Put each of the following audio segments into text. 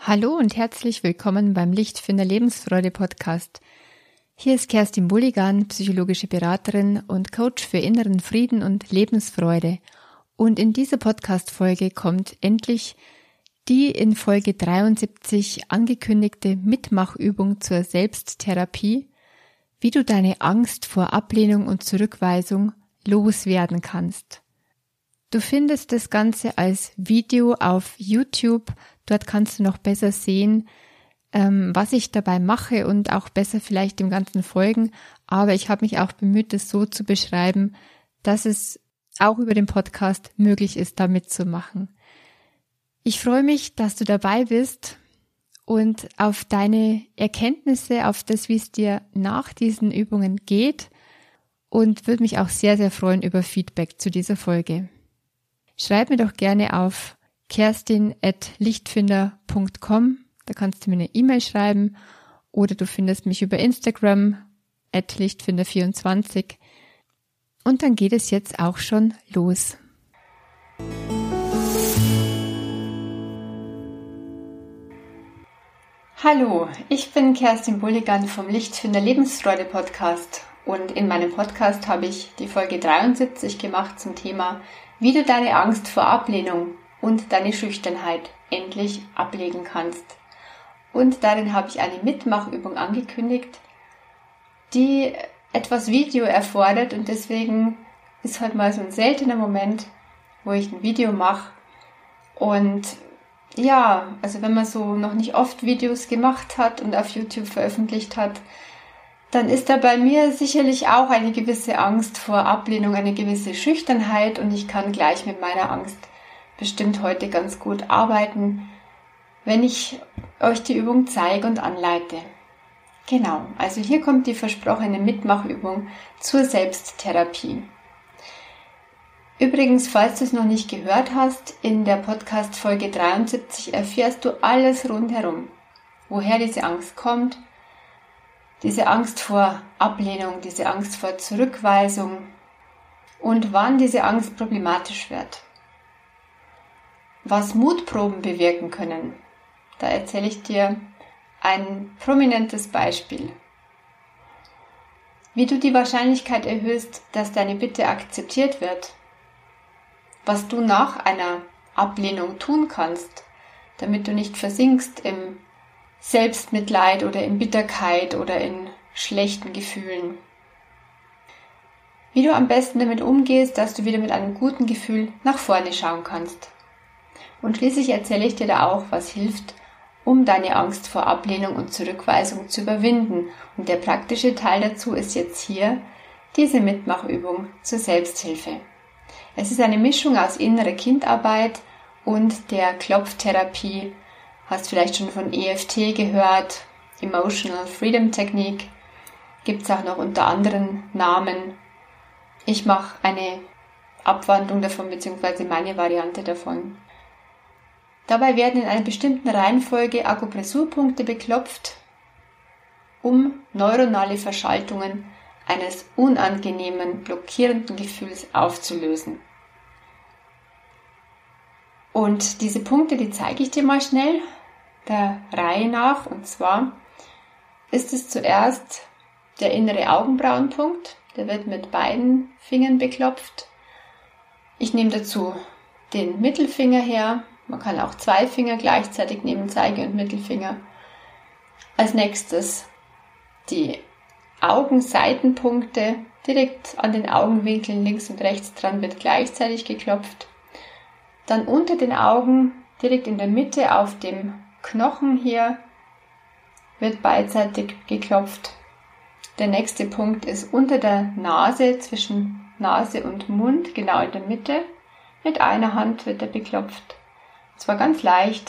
Hallo und herzlich willkommen beim Lichtfinder Lebensfreude Podcast. Hier ist Kerstin Bulligan, psychologische Beraterin und Coach für inneren Frieden und Lebensfreude. Und in dieser Podcast-Folge kommt endlich die in Folge 73 angekündigte Mitmachübung zur Selbsttherapie, wie du deine Angst vor Ablehnung und Zurückweisung loswerden kannst. Du findest das Ganze als Video auf YouTube. Dort kannst du noch besser sehen, was ich dabei mache und auch besser vielleicht dem Ganzen folgen. Aber ich habe mich auch bemüht, das so zu beschreiben, dass es auch über den Podcast möglich ist, da mitzumachen. Ich freue mich, dass du dabei bist und auf deine Erkenntnisse, auf das, wie es dir nach diesen Übungen geht, und würde mich auch sehr, sehr freuen über Feedback zu dieser Folge. Schreib mir doch gerne auf kerstin@lichtfinder.com, da kannst du mir eine E-Mail schreiben oder du findest mich über Instagram @lichtfinder24 und dann geht es jetzt auch schon los. Hallo, ich bin Kerstin Bulligan vom Lichtfinder Lebensfreude Podcast und in meinem Podcast habe ich die Folge 73 gemacht zum Thema, wie du deine Angst vor Ablehnung und deine Schüchternheit endlich ablegen kannst. Und darin habe ich eine Mitmachübung angekündigt, die etwas Video erfordert und deswegen ist heute mal so ein seltener Moment, wo ich ein Video mache. Und ja, also wenn man so noch nicht oft Videos gemacht hat und auf YouTube veröffentlicht hat, dann ist da bei mir sicherlich auch eine gewisse Angst vor Ablehnung, eine gewisse Schüchternheit und ich kann gleich mit meiner Angst bestimmt heute ganz gut arbeiten, wenn ich euch die Übung zeige und anleite. Genau, also hier kommt die versprochene Mitmachübung zur Selbsttherapie. Übrigens, falls du es noch nicht gehört hast, in der Podcast-Folge 73 erfährst du alles rundherum, woher diese Angst kommt, diese Angst vor Ablehnung, diese Angst vor Zurückweisung und wann diese Angst problematisch wird. Was Mutproben bewirken können, da erzähle ich dir ein prominentes Beispiel. Wie du die Wahrscheinlichkeit erhöhst, dass deine Bitte akzeptiert wird. Was du nach einer Ablehnung tun kannst, damit du nicht versinkst im Selbstmitleid oder in Bitterkeit oder in schlechten Gefühlen. Wie du am besten damit umgehst, dass du wieder mit einem guten Gefühl nach vorne schauen kannst. Und schließlich erzähle ich dir da auch, was hilft, um deine Angst vor Ablehnung und Zurückweisung zu überwinden. Und der praktische Teil dazu ist jetzt hier diese Mitmachübung zur Selbsthilfe. Es ist eine Mischung aus innerer Kindarbeit und der Klopftherapie. Hast vielleicht schon von EFT gehört, Emotional Freedom Technique, gibt es auch noch unter anderen Namen. Ich mache eine Abwandlung davon, beziehungsweise meine Variante davon. Dabei werden in einer bestimmten Reihenfolge Akupressurpunkte beklopft, um neuronale Verschaltungen eines unangenehmen, blockierenden Gefühls aufzulösen. Und diese Punkte, die zeige ich dir mal schnell der Reihe nach. Und zwar ist es zuerst der innere Augenbrauenpunkt. Der wird mit beiden Fingern beklopft. Ich nehme dazu den Mittelfinger her. Man kann auch 2 Finger gleichzeitig nehmen, Zeige- und Mittelfinger. Als nächstes die Augenseitenpunkte. Direkt an den Augenwinkeln links und rechts dran wird gleichzeitig geklopft. Dann unter den Augen, direkt in der Mitte auf dem Knochen hier, wird beidseitig geklopft. Der nächste Punkt ist unter der Nase, zwischen Nase und Mund, genau in der Mitte. Mit einer Hand wird er beklopft. Zwar ganz leicht.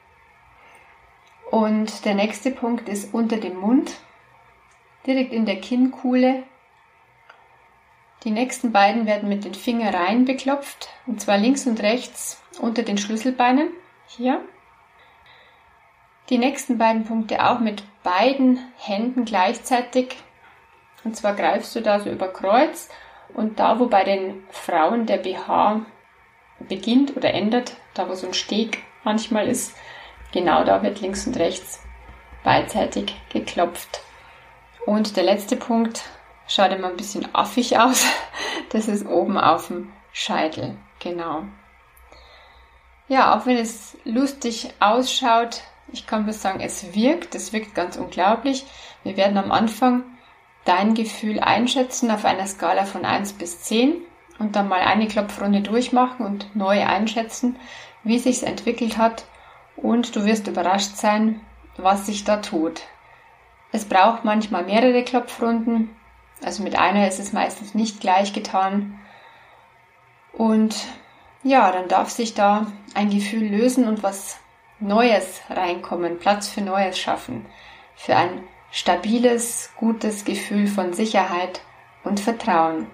Und der nächste Punkt ist unter dem Mund, direkt in der Kinnkuhle. Die nächsten beiden werden mit den Fingerreihen beklopft, und zwar links und rechts unter den Schlüsselbeinen, hier. Die nächsten beiden Punkte auch mit beiden Händen gleichzeitig, und zwar greifst du da so über Kreuz und da, wo bei den Frauen der BH beginnt oder endet, da wo so ein Steg manchmal ist, genau da wird links und rechts beidseitig geklopft. Und der letzte Punkt schaut immer ein bisschen affig aus. Das ist oben auf dem Scheitel. Genau. Ja, auch wenn es lustig ausschaut, ich kann bloß sagen, es wirkt ganz unglaublich. Wir werden am Anfang dein Gefühl einschätzen auf einer Skala von 1 bis 10 und dann mal eine Klopfrunde durchmachen und neu einschätzen, wie sich's entwickelt hat, und du wirst überrascht sein, was sich da tut. Es braucht manchmal mehrere Klopfrunden, also mit einer ist es meistens nicht gleich getan, und ja, dann darf sich da ein Gefühl lösen und was Neues reinkommen, Platz für Neues schaffen, für ein stabiles, gutes Gefühl von Sicherheit und Vertrauen.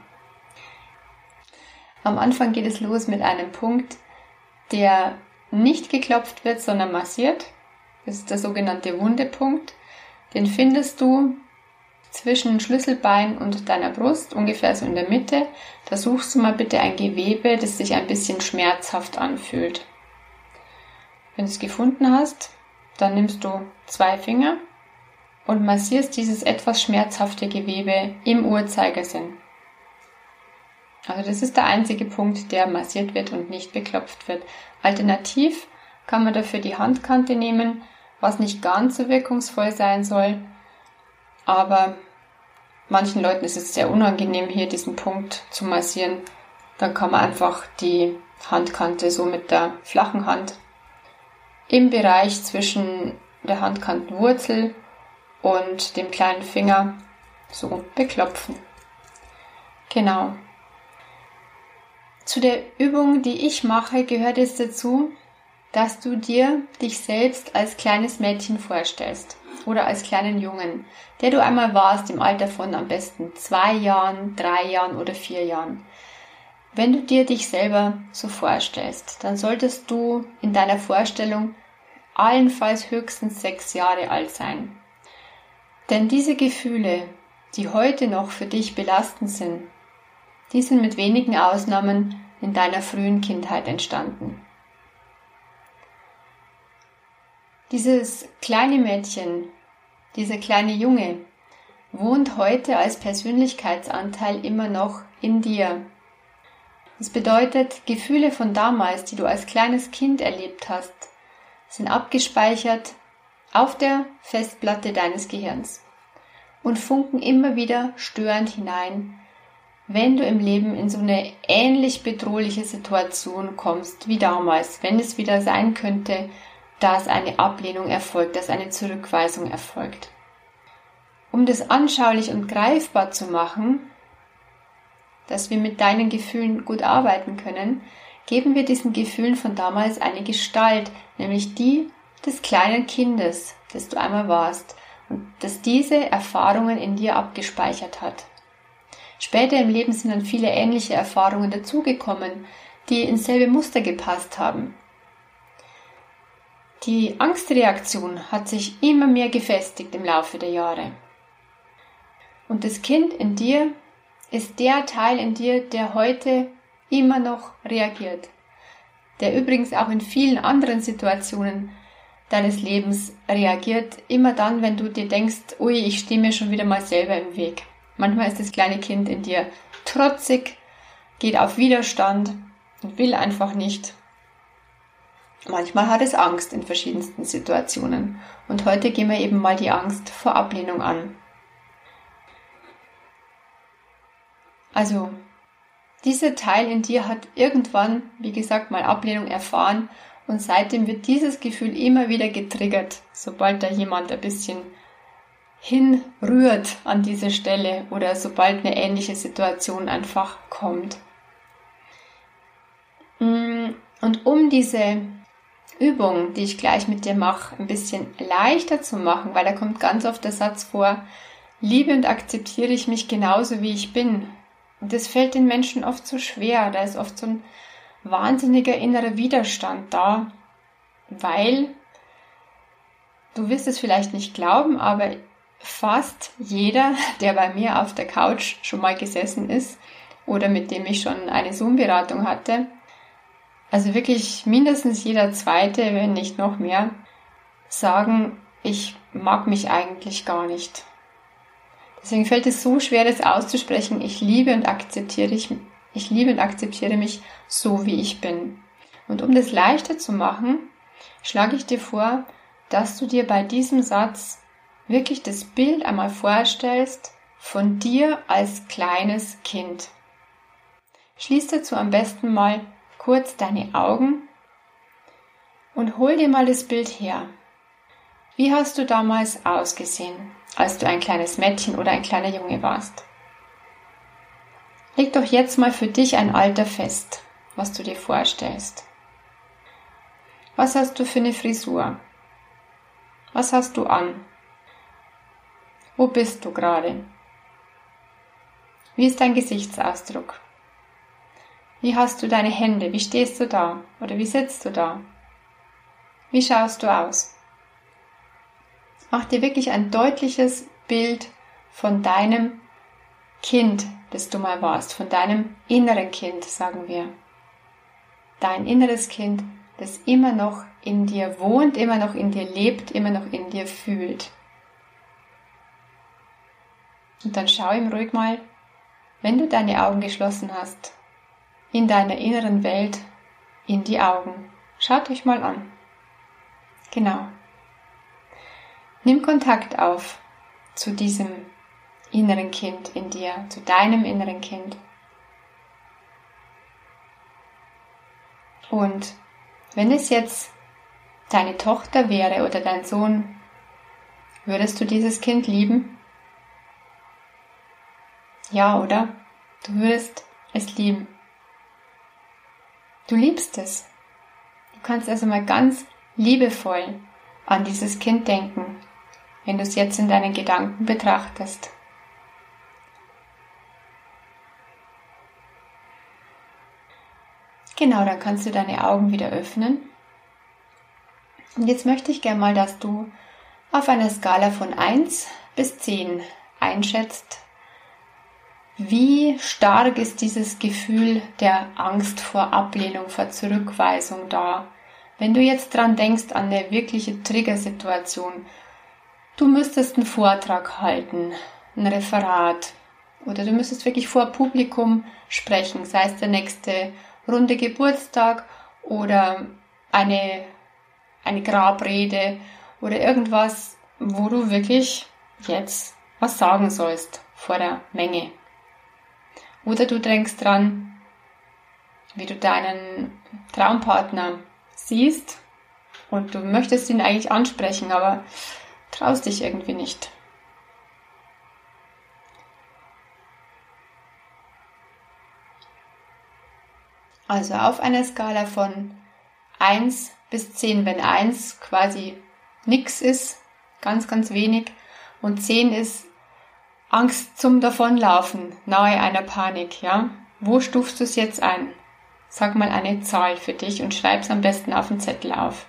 Am Anfang geht es los mit einem Punkt, der nicht geklopft wird, sondern massiert. Das ist der sogenannte Wundepunkt. Den findest du zwischen Schlüsselbein und deiner Brust, ungefähr so in der Mitte. Da suchst du mal bitte ein Gewebe, das sich ein bisschen schmerzhaft anfühlt. Wenn du es gefunden hast, dann nimmst du 2 Finger und massierst dieses etwas schmerzhafte Gewebe im Uhrzeigersinn. Also das ist der einzige Punkt, der massiert wird und nicht beklopft wird. Alternativ kann man dafür die Handkante nehmen, was nicht ganz so wirkungsvoll sein soll. Aber manchen Leuten ist es sehr unangenehm, hier diesen Punkt zu massieren. Dann kann man einfach die Handkante so mit der flachen Hand im Bereich zwischen der Handkantenwurzel und dem kleinen Finger so beklopfen. Genau. Zu der Übung, die ich mache, gehört es dazu, dass du dir dich selbst als kleines Mädchen vorstellst oder als kleinen Jungen, der du einmal warst im Alter von am besten 2 Jahren, 3 Jahren oder 4 Jahren. Wenn du dir dich selber so vorstellst, dann solltest du in deiner Vorstellung allenfalls höchstens 6 Jahre alt sein. Denn diese Gefühle, die heute noch für dich belastend sind, die sind mit wenigen Ausnahmen in deiner frühen Kindheit entstanden. Dieses kleine Mädchen, dieser kleine Junge, wohnt heute als Persönlichkeitsanteil immer noch in dir. Das bedeutet, Gefühle von damals, die du als kleines Kind erlebt hast, sind abgespeichert auf der Festplatte deines Gehirns und funken immer wieder störend hinein, wenn du im Leben in so eine ähnlich bedrohliche Situation kommst wie damals, wenn es wieder sein könnte, dass eine Ablehnung erfolgt, dass eine Zurückweisung erfolgt. Um das anschaulich und greifbar zu machen, dass wir mit deinen Gefühlen gut arbeiten können, geben wir diesen Gefühlen von damals eine Gestalt, nämlich die des kleinen Kindes, das du einmal warst und das diese Erfahrungen in dir abgespeichert hat. Später im Leben sind dann viele ähnliche Erfahrungen dazugekommen, die ins selbe Muster gepasst haben. Die Angstreaktion hat sich immer mehr gefestigt im Laufe der Jahre. Und das Kind in dir ist der Teil in dir, der heute immer noch reagiert, der übrigens auch in vielen anderen Situationen deines Lebens reagiert, immer dann, wenn du dir denkst, ui, ich stehe mir schon wieder mal selber im Weg. Manchmal ist das kleine Kind in dir trotzig, geht auf Widerstand und will einfach nicht. Manchmal hat es Angst in verschiedensten Situationen. Und heute gehen wir eben mal die Angst vor Ablehnung an. Also, dieser Teil in dir hat irgendwann, wie gesagt, mal Ablehnung erfahren und seitdem wird dieses Gefühl immer wieder getriggert, sobald da jemand ein bisschen hinrührt an diese Stelle oder sobald eine ähnliche Situation einfach kommt. Und um diese Übung, die ich gleich mit dir mache, ein bisschen leichter zu machen, weil da kommt ganz oft der Satz vor, liebe und akzeptiere ich mich genauso, wie ich bin. Und das fällt den Menschen oft so schwer, da ist oft so ein wahnsinniger innerer Widerstand da, weil, du wirst es vielleicht nicht glauben, aber fast jeder, der bei mir auf der Couch schon mal gesessen ist oder mit dem ich schon eine Zoom-Beratung hatte, also wirklich mindestens jeder Zweite, wenn nicht noch mehr, sagen, ich mag mich eigentlich gar nicht. Deswegen fällt es so schwer, das auszusprechen. Ich liebe und akzeptiere mich so, wie ich bin. Und um das leichter zu machen, schlage ich dir vor, dass du dir bei diesem Satz wirklich das Bild einmal vorstellst von dir als kleines Kind. Schließ dazu am besten mal kurz deine Augen und hol dir mal das Bild her. Wie hast du damals ausgesehen, als du ein kleines Mädchen oder ein kleiner Junge warst? Leg doch jetzt mal für dich ein Alter fest, was du dir vorstellst. Was hast du für eine Frisur? Was hast du an? Wo bist du gerade? Wie ist dein Gesichtsausdruck? Wie hast du deine Hände? Wie stehst du da? Oder wie sitzt du da? Wie schaust du aus? Mach dir wirklich ein deutliches Bild von deinem Kind, das du mal warst, von deinem inneren Kind, sagen wir. Dein inneres Kind, das immer noch in dir wohnt, immer noch in dir lebt, immer noch in dir fühlt. Und dann schau ihm ruhig mal, wenn du deine Augen geschlossen hast, in deiner inneren Welt, in die Augen. Schaut euch mal an. Genau. Nimm Kontakt auf zu diesem inneren Kind in dir, zu deinem inneren Kind. Und wenn es jetzt deine Tochter wäre oder dein Sohn, würdest du dieses Kind lieben? Ja, oder? Du würdest es lieben. Du liebst es. Du kannst also mal ganz liebevoll an dieses Kind denken, wenn du es jetzt in deinen Gedanken betrachtest. Genau, dann kannst du deine Augen wieder öffnen. Und jetzt möchte ich gerne mal, dass du auf einer Skala von 1 bis 10 einschätzt, wie stark ist dieses Gefühl der Angst vor Ablehnung, vor Zurückweisung da. Wenn du jetzt dran denkst an eine wirkliche Triggersituation, du müsstest einen Vortrag halten, ein Referat oder du müsstest wirklich vor Publikum sprechen, sei es der nächste runde Geburtstag oder eine Grabrede oder irgendwas, wo du wirklich jetzt was sagen sollst vor der Menge. Oder du denkst dran, wie du deinen Traumpartner siehst und du möchtest ihn eigentlich ansprechen, aber traust dich irgendwie nicht. Also auf einer Skala von 1 bis 10, wenn 1 quasi nix ist, ganz, ganz wenig, und 10 ist Angst zum Davonlaufen, nahe einer Panik, ja? Wo stufst du es jetzt ein? Sag mal eine Zahl für dich und schreib es am besten auf den Zettel auf.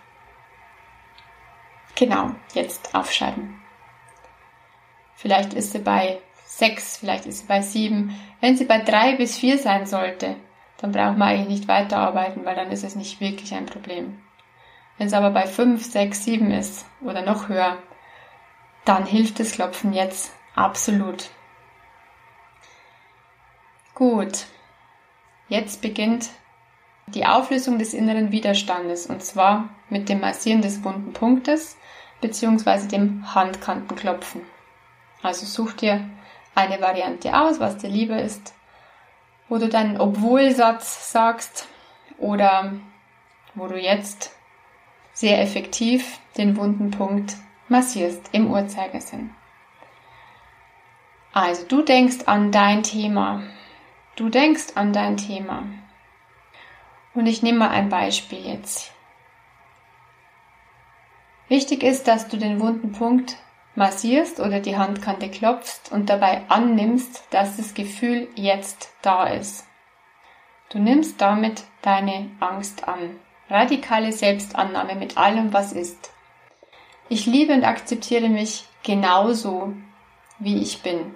Genau, jetzt aufschreiben. Vielleicht ist sie bei 6, vielleicht ist sie bei 7. Wenn sie bei 3 bis 4 sein sollte, dann braucht man eigentlich nicht weiterarbeiten, weil dann ist es nicht wirklich ein Problem. Wenn es aber bei 5, 6, 7 ist oder noch höher, dann hilft das Klopfen jetzt absolut. Gut, jetzt beginnt die Auflösung des inneren Widerstandes und zwar mit dem Massieren des wunden Punktes bzw. dem Handkantenklopfen. Also such dir eine Variante aus, was dir lieber ist, wo du deinen Obwohl-Satz sagst oder wo du jetzt sehr effektiv den wunden Punkt massierst im Uhrzeigersinn. Also du denkst an dein Thema. Du denkst an dein Thema. Und ich nehme mal ein Beispiel jetzt. Wichtig ist, dass du den wunden Punkt massierst oder die Handkante klopfst und dabei annimmst, dass das Gefühl jetzt da ist. Du nimmst damit deine Angst an. Radikale Selbstannahme mit allem, was ist. Ich liebe und akzeptiere mich genauso, wie ich bin.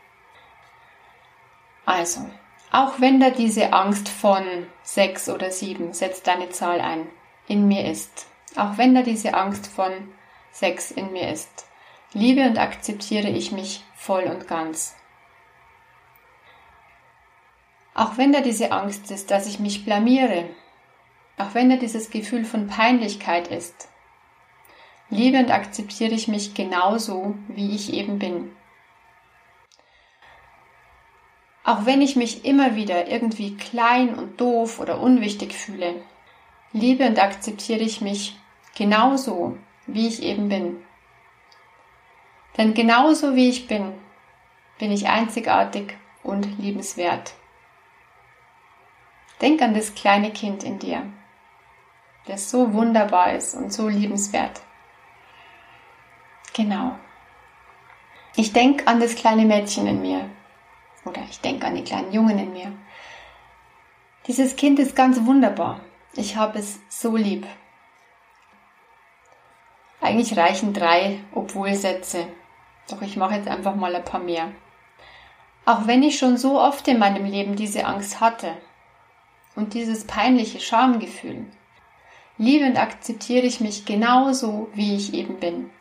Also, auch wenn da diese Angst von 6 oder 7, setz deine Zahl ein, in mir ist. Auch wenn da diese Angst von 6 in mir ist. Liebe und akzeptiere ich mich voll und ganz. Auch wenn da diese Angst ist, dass ich mich blamiere, auch wenn da dieses Gefühl von Peinlichkeit ist, liebe und akzeptiere ich mich genauso, wie ich eben bin. Auch wenn ich mich immer wieder irgendwie klein und doof oder unwichtig fühle, liebe und akzeptiere ich mich genauso, wie ich eben bin. Denn genauso wie ich bin, bin ich einzigartig und liebenswert. Denk an das kleine Kind in dir, das so wunderbar ist und so liebenswert. Genau. Ich denke an das kleine Mädchen in mir oder ich denke an den kleinen Jungen in mir. Dieses Kind ist ganz wunderbar. Ich habe es so lieb. Eigentlich reichen 3 Obwohl-Sätze, doch ich mache jetzt einfach mal ein paar mehr. Auch wenn ich schon so oft in meinem Leben diese Angst hatte und dieses peinliche Schamgefühl, liebe und akzeptiere ich mich genauso, wie ich eben bin.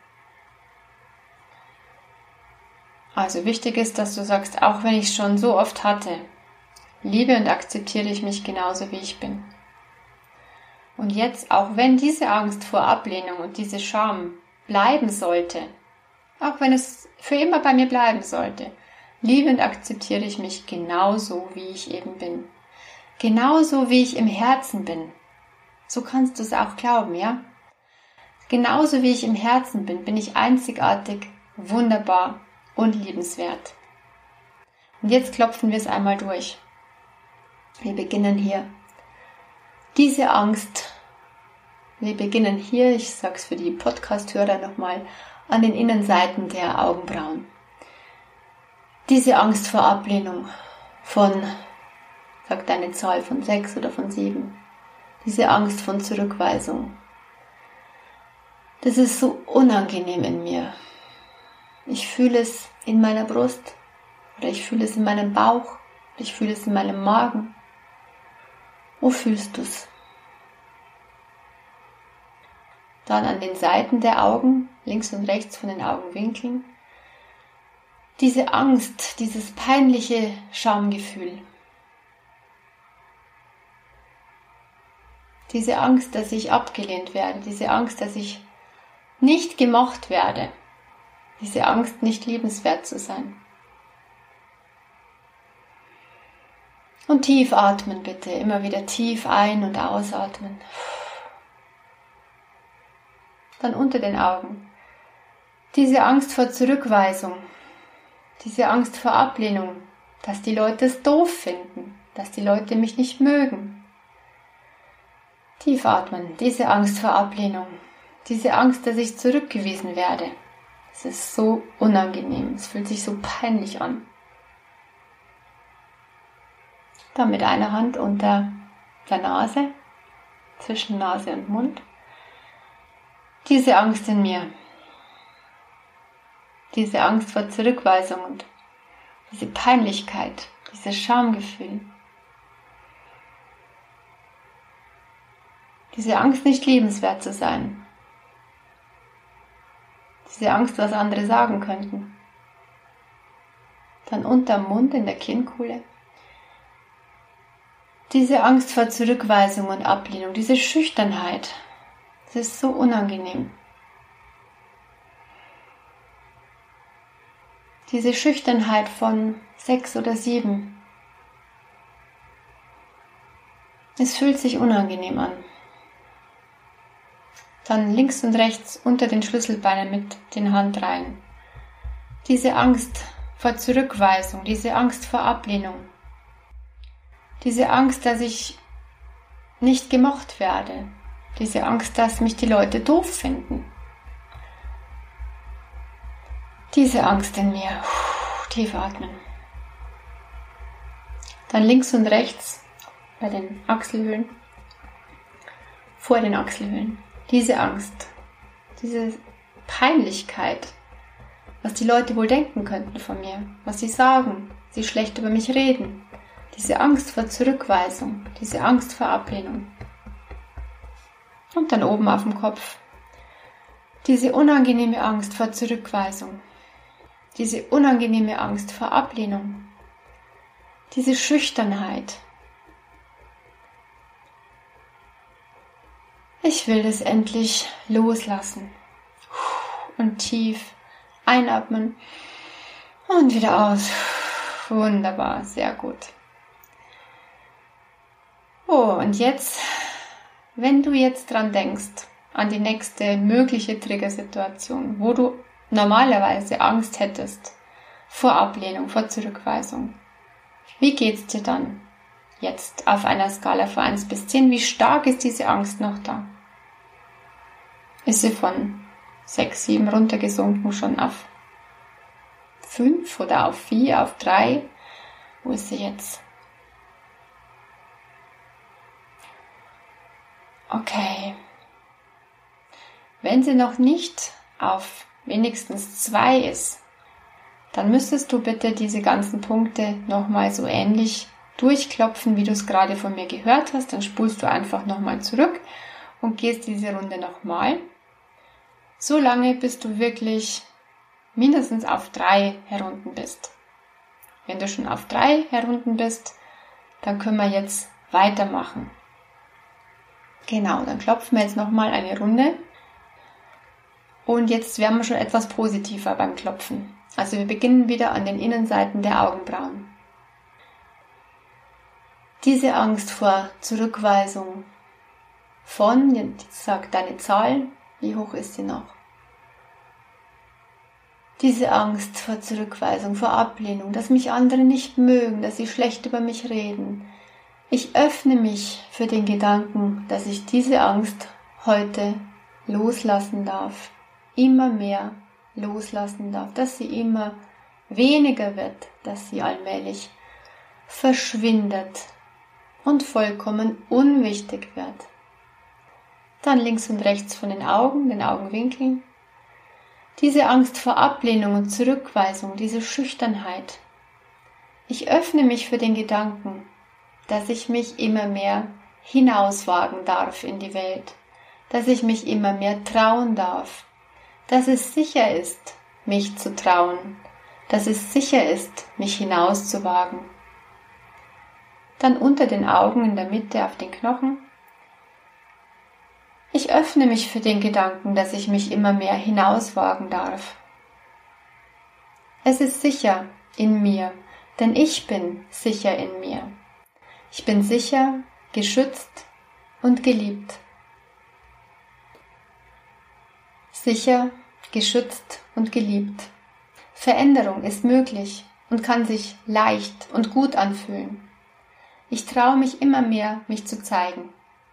Also wichtig ist, dass du sagst, auch wenn ich es schon so oft hatte, liebe und akzeptiere ich mich genauso, wie ich bin. Und jetzt, auch wenn diese Angst vor Ablehnung und diese Scham bleiben sollte, auch wenn es für immer bei mir bleiben sollte, liebe und akzeptiere ich mich genauso, wie ich eben bin. Genauso, wie ich im Herzen bin. So kannst du es auch glauben, ja? Genauso, wie ich im Herzen bin, bin ich einzigartig, wunderbar und liebenswert. Und jetzt klopfen wir es einmal durch. Wir beginnen hier. Diese Angst, wir beginnen hier, ich sage es für die Podcast-Hörer nochmal, an den Innenseiten der Augenbrauen. Diese Angst vor Ablehnung von, sagt eine Zahl von 6 oder von 7, diese Angst von Zurückweisung, das ist so unangenehm in mir. Ich fühle es in meiner Brust oder ich fühle es in meinem Bauch, ich fühle es in meinem Magen. Wo fühlst du es? Dann an den Seiten der Augen, links und rechts von den Augenwinkeln. Diese Angst, dieses peinliche Schamgefühl. Diese Angst, dass ich abgelehnt werde, diese Angst, dass ich nicht gemocht werde, diese Angst, nicht liebenswert zu sein. Und tief atmen bitte, immer wieder tief ein- und ausatmen. Dann unter den Augen. Diese Angst vor Zurückweisung, diese Angst vor Ablehnung, dass die Leute es doof finden, dass die Leute mich nicht mögen. Tief atmen, diese Angst vor Ablehnung, diese Angst, dass ich zurückgewiesen werde. Es ist so unangenehm, es fühlt sich so peinlich an. Dann mit einer Hand unter der Nase, zwischen Nase und Mund. Diese Angst in mir, diese Angst vor Zurückweisung und diese Peinlichkeit, dieses Schamgefühl. Diese Angst, nicht liebenswert zu sein. Diese Angst, was andere sagen könnten. Dann unterm Mund, in der Kinnkuhle. Diese Angst vor Zurückweisung und Ablehnung, diese Schüchternheit. Das ist so unangenehm. Diese Schüchternheit von 6 oder 7. Es fühlt sich unangenehm an. Dann links und rechts unter den Schlüsselbeinen mit den Handreihen. Diese Angst vor Zurückweisung, diese Angst vor Ablehnung. Diese Angst, dass ich nicht gemocht werde. Diese Angst, dass mich die Leute doof finden. Diese Angst in mir. Tief atmen. Dann links und rechts bei den Achselhöhlen. Vor den Achselhöhlen. Diese Angst. Diese Peinlichkeit. Was die Leute wohl denken könnten von mir. Was sie sagen. Sie schlecht über mich reden. Diese Angst vor Zurückweisung. Diese Angst vor Ablehnung. Und dann oben auf dem Kopf Diese unangenehme Angst vor Zurückweisung, diese unangenehme Angst vor Ablehnung, diese Schüchternheit. Ich will das endlich loslassen und tief einatmen und wieder aus. Wunderbar, sehr gut. Oh, und jetzt, wenn du jetzt dran denkst, an die nächste mögliche Triggersituation, wo du normalerweise Angst hättest vor Ablehnung, vor Zurückweisung, wie geht's dir dann jetzt auf einer Skala von 1 bis 10? Wie stark ist diese Angst noch da? Ist sie von 6, 7 runtergesunken schon auf 5 oder auf 4, auf 3? Wo ist sie jetzt? Okay. Wenn sie noch nicht auf wenigstens 2 ist, dann müsstest du bitte diese ganzen Punkte nochmal so ähnlich durchklopfen, wie du es gerade von mir gehört hast. Dann spulst du einfach nochmal zurück und gehst diese Runde nochmal. So lange, bis du wirklich mindestens auf 3 herunten bist. Wenn du schon auf 3 herunten bist, dann können wir jetzt weitermachen. Genau, dann klopfen wir jetzt nochmal eine Runde. Und jetzt werden wir schon etwas positiver beim Klopfen. Also wir beginnen wieder an den Innenseiten der Augenbrauen. Diese Angst vor Zurückweisung von, jetzt sag deine Zahl, wie hoch ist sie noch? Diese Angst vor Zurückweisung, vor Ablehnung, dass mich andere nicht mögen, dass sie schlecht über mich reden. Ich öffne mich für den Gedanken, dass ich diese Angst heute loslassen darf, immer mehr loslassen darf, dass sie immer weniger wird, dass sie allmählich verschwindet und vollkommen unwichtig wird. Dann links und rechts von den Augenwinkeln. Diese Angst vor Ablehnung und Zurückweisung, diese Schüchternheit. Ich öffne mich für den Gedanken, dass ich mich immer mehr hinauswagen darf in die Welt, dass ich mich immer mehr trauen darf, dass es sicher ist, mich zu trauen, dass es sicher ist, mich hinauszuwagen. Dann unter den Augen in der Mitte auf den Knochen. Ich öffne mich für den Gedanken, dass ich mich immer mehr hinauswagen darf. Es ist sicher in mir, denn ich bin sicher in mir. Ich bin sicher, geschützt und geliebt. Sicher, geschützt und geliebt. Veränderung ist möglich und kann sich leicht und gut anfühlen. Ich traue mich immer mehr, mich zu zeigen.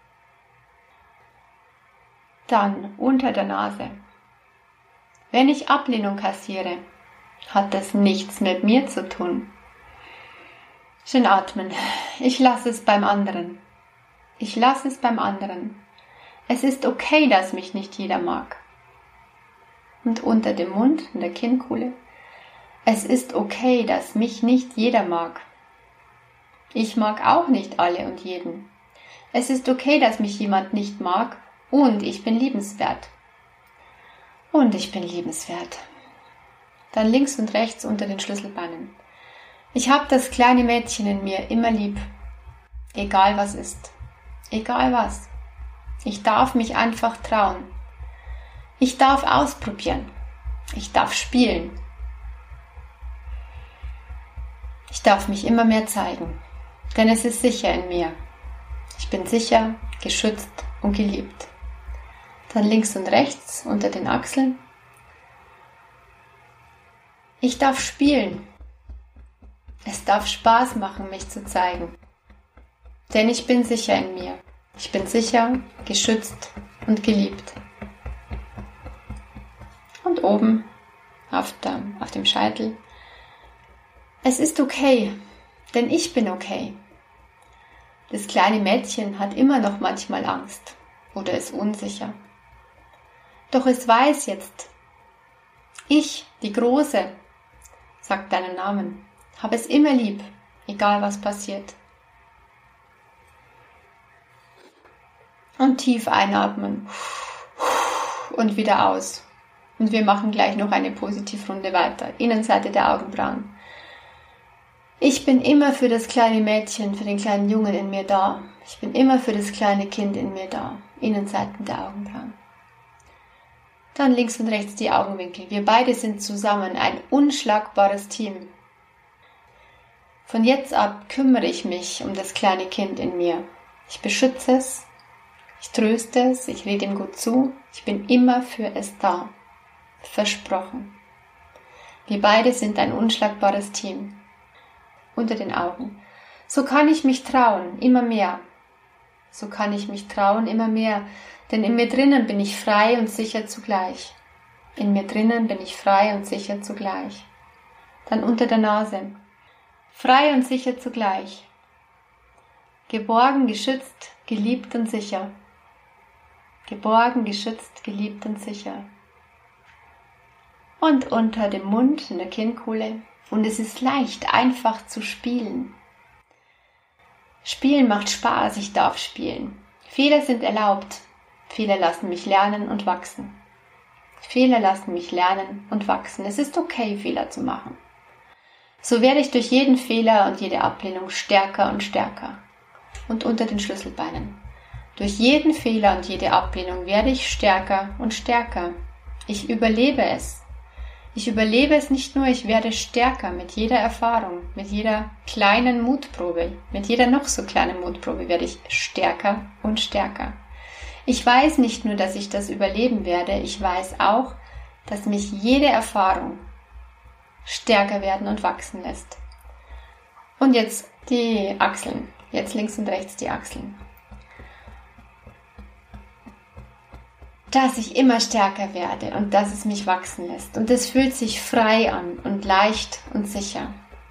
Dann unter der Nase. Wenn ich Ablehnung kassiere, hat das nichts mit mir zu tun. Schön atmen. Ich lasse es beim anderen. Ich lasse es beim anderen. Es ist okay, dass mich nicht jeder mag. Und unter dem Mund, in der Kinnkuhle. Es ist okay, dass mich nicht jeder mag. Ich mag auch nicht alle und jeden. Es ist okay, dass mich jemand nicht mag und ich bin liebenswert. Und ich bin liebenswert. Dann links und rechts unter den Schlüsselbeinen. Ich habe das kleine Mädchen in mir immer lieb. Egal was ist. Egal was. Ich darf mich einfach trauen. Ich darf ausprobieren. Ich darf spielen. Ich darf mich immer mehr zeigen. Denn es ist sicher in mir. Ich bin sicher, geschützt und geliebt. Dann links und rechts unter den Achseln. Ich darf spielen. Es darf Spaß machen, mich zu zeigen. Denn ich bin sicher in mir. Ich bin sicher, geschützt und geliebt. Und oben auf dem Scheitel. Es ist okay, denn ich bin okay. Das kleine Mädchen hat immer noch manchmal Angst oder ist unsicher. Doch es weiß jetzt, ich, die Große, sagt deinen Namen, habe es immer lieb, egal was passiert. Und tief einatmen und wieder aus. Und wir machen gleich noch eine Positivrunde weiter. Innenseite der Augenbrauen. Ich bin immer für das kleine Mädchen, für den kleinen Jungen in mir da. Ich bin immer für das kleine Kind in mir da. Innenseiten der Augenbrauen. Dann links und rechts die Augenwinkel. Wir beide sind zusammen ein unschlagbares Team. Von jetzt ab kümmere ich mich um das kleine Kind in mir. Ich beschütze es, ich tröste es, ich rede ihm gut zu. Ich bin immer für es da. Versprochen. Wir beide sind ein unschlagbares Team. Unter den Augen. So kann ich mich trauen, immer mehr. So kann ich mich trauen, immer mehr. Denn in mir drinnen bin ich frei und sicher zugleich. In mir drinnen bin ich frei und sicher zugleich. Dann unter der Nase. Frei und sicher zugleich. Geborgen, geschützt, geliebt und sicher. Geborgen, geschützt, geliebt und sicher. Und unter dem Mund, in der Kinnkuhle. Und es ist leicht, einfach zu spielen. Spielen macht Spaß, ich darf spielen. Fehler sind erlaubt. Fehler lassen mich lernen und wachsen. Fehler lassen mich lernen und wachsen. Es ist okay, Fehler zu machen. So werde ich durch jeden Fehler und jede Ablehnung stärker und stärker. Und unter den Schlüsselbeinen. Durch jeden Fehler und jede Ablehnung werde ich stärker und stärker. Ich überlebe es. Ich überlebe es nicht nur, ich werde stärker mit jeder Erfahrung, mit jeder kleinen Mutprobe, mit jeder noch so kleinen Mutprobe werde ich stärker und stärker. Ich weiß nicht nur, dass ich das überleben werde, ich weiß auch, dass mich jede Erfahrung stärker werden und wachsen lässt. Und jetzt die Achseln, jetzt links und rechts die Achseln. Dass ich immer stärker werde und dass es mich wachsen lässt. Und es fühlt sich frei an und leicht und sicher.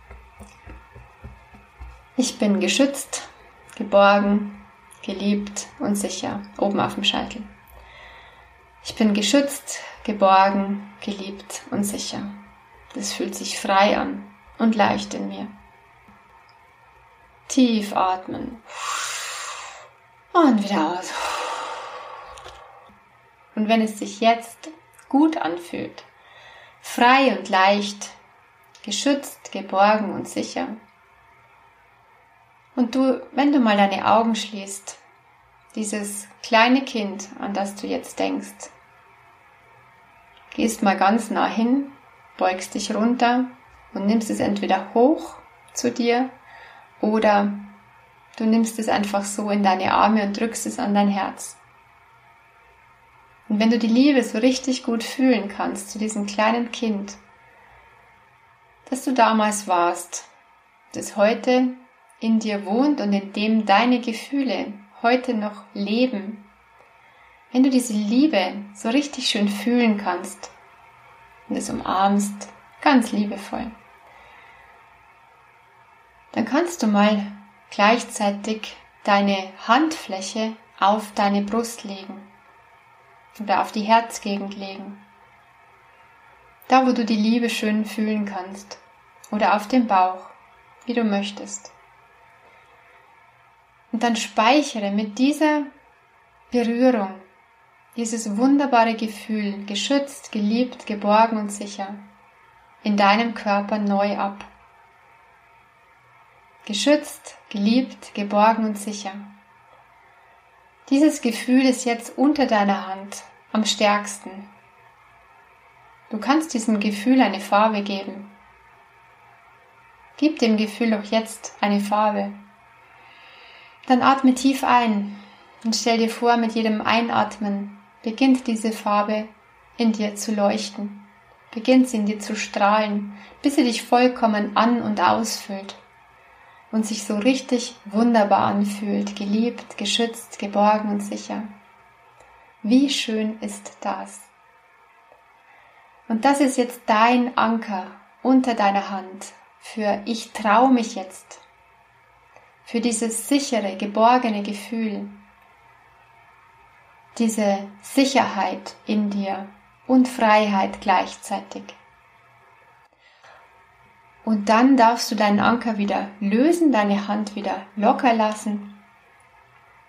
Ich bin geschützt, geborgen, geliebt und sicher, oben auf dem Scheitel. Ich bin geschützt, geborgen, geliebt und sicher. Das fühlt sich frei an und leicht in mir. Tief atmen. Und wieder aus. Und wenn es sich jetzt gut anfühlt, frei und leicht, geschützt, geborgen und sicher, und du, wenn du mal deine Augen schließt, dieses kleine Kind, an das du jetzt denkst, gehst mal ganz nah hin, beugst dich runter und nimmst es entweder hoch zu dir oder du nimmst es einfach so in deine Arme und drückst es an dein Herz. Und wenn du die Liebe so richtig gut fühlen kannst zu diesem kleinen Kind, das du damals warst, das heute in dir wohnt und in dem deine Gefühle heute noch leben, wenn du diese Liebe so richtig schön fühlen kannst und es umarmst, ganz liebevoll, dann kannst du mal gleichzeitig deine Handfläche auf deine Brust legen oder auf die Herzgegend legen. Da, wo du die Liebe schön fühlen kannst. Oder auf dem Bauch, wie du möchtest. Und dann speichere mit dieser Berührung dieses wunderbare Gefühl, geschützt, geliebt, geborgen und sicher, in deinem Körper neu ab. Geschützt, geliebt, geborgen und sicher. Dieses Gefühl ist jetzt unter deiner Hand am stärksten. Du kannst diesem Gefühl eine Farbe geben. Gib dem Gefühl auch jetzt eine Farbe. Dann atme tief ein und stell dir vor, mit jedem Einatmen beginnt diese Farbe in dir zu leuchten. Beginnt sie in dir zu strahlen, bis sie dich vollkommen an- und ausfüllt. Und sich so richtig wunderbar anfühlt, geliebt, geschützt, geborgen und sicher. Wie schön ist das? Und das ist jetzt dein Anker unter deiner Hand für ich traue mich jetzt, für dieses sichere, geborgene Gefühl, diese Sicherheit in dir und Freiheit gleichzeitig. Und dann darfst du deinen Anker wieder lösen, deine Hand wieder locker lassen.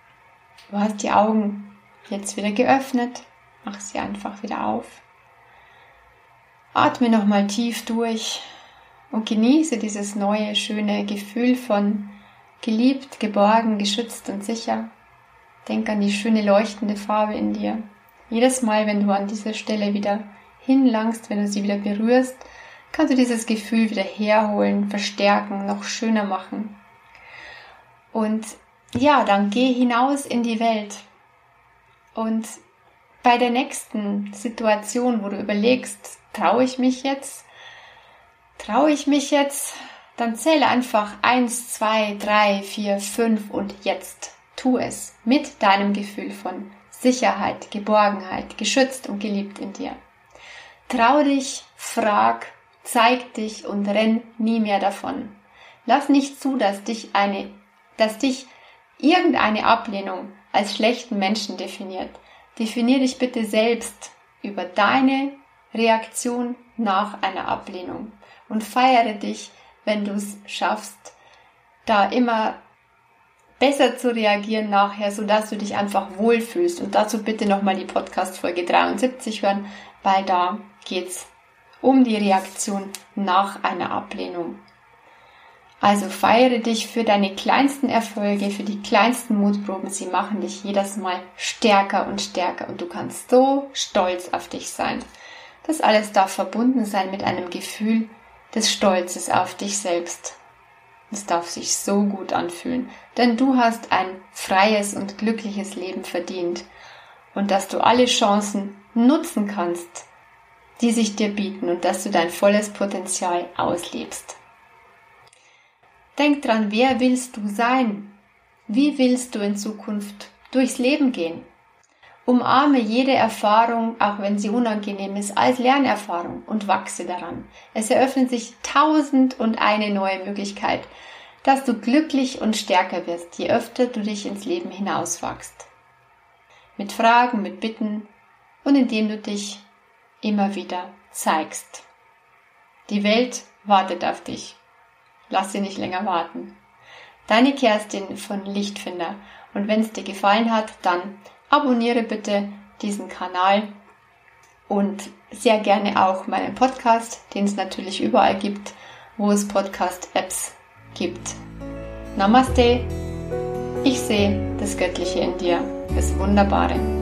Du hast die Augen jetzt wieder geöffnet, mach sie einfach wieder auf. Atme nochmal tief durch und genieße dieses neue, schöne Gefühl von geliebt, geborgen, geschützt und sicher. Denk an die schöne leuchtende Farbe in dir. Jedes Mal, wenn du an dieser Stelle wieder hinlangst, wenn du sie wieder berührst, kannst du dieses Gefühl wieder herholen, verstärken, noch schöner machen. Und ja, dann geh hinaus in die Welt. Und bei der nächsten Situation, wo du überlegst, traue ich mich jetzt? Dann zähle einfach 1, 2, 3, 4, 5 und jetzt. Tu es mit deinem Gefühl von Sicherheit, Geborgenheit, geschützt und geliebt in dir. Trau dich, frag, zeig dich und renn nie mehr davon. Lass nicht zu, dass dich irgendeine Ablehnung als schlechten Menschen definiert. Definier dich bitte selbst über deine Reaktion nach einer Ablehnung und feiere dich, wenn du es schaffst, da immer besser zu reagieren nachher, sodass du dich einfach wohlfühlst. Und dazu bitte nochmal die Podcast-Folge 73 hören, weil da geht's um die Reaktion nach einer Ablehnung. Also feiere dich für deine kleinsten Erfolge, für die kleinsten Mutproben. Sie machen dich jedes Mal stärker und stärker und du kannst so stolz auf dich sein. Das alles darf verbunden sein mit einem Gefühl des Stolzes auf dich selbst. Es darf sich so gut anfühlen, denn du hast ein freies und glückliches Leben verdient und dass du alle Chancen nutzen kannst, die sich dir bieten und dass du dein volles Potenzial auslebst. Denk dran, wer willst du sein? Wie willst du in Zukunft durchs Leben gehen? Umarme jede Erfahrung, auch wenn sie unangenehm ist, als Lernerfahrung und wachse daran. Es eröffnet sich 1001 neue Möglichkeit, dass du glücklich und stärker wirst, je öfter du dich ins Leben hinauswagst. Mit Fragen, mit Bitten und indem du dich immer wieder zeigst. Die Welt wartet auf dich. Lass sie nicht länger warten. Deine Kerstin von Lichtfinder. Und wenn es dir gefallen hat, dann abonniere bitte diesen Kanal und sehr gerne auch meinen Podcast, den es natürlich überall gibt, wo es Podcast-Apps gibt. Namaste. Ich sehe das Göttliche in dir, das Wunderbare.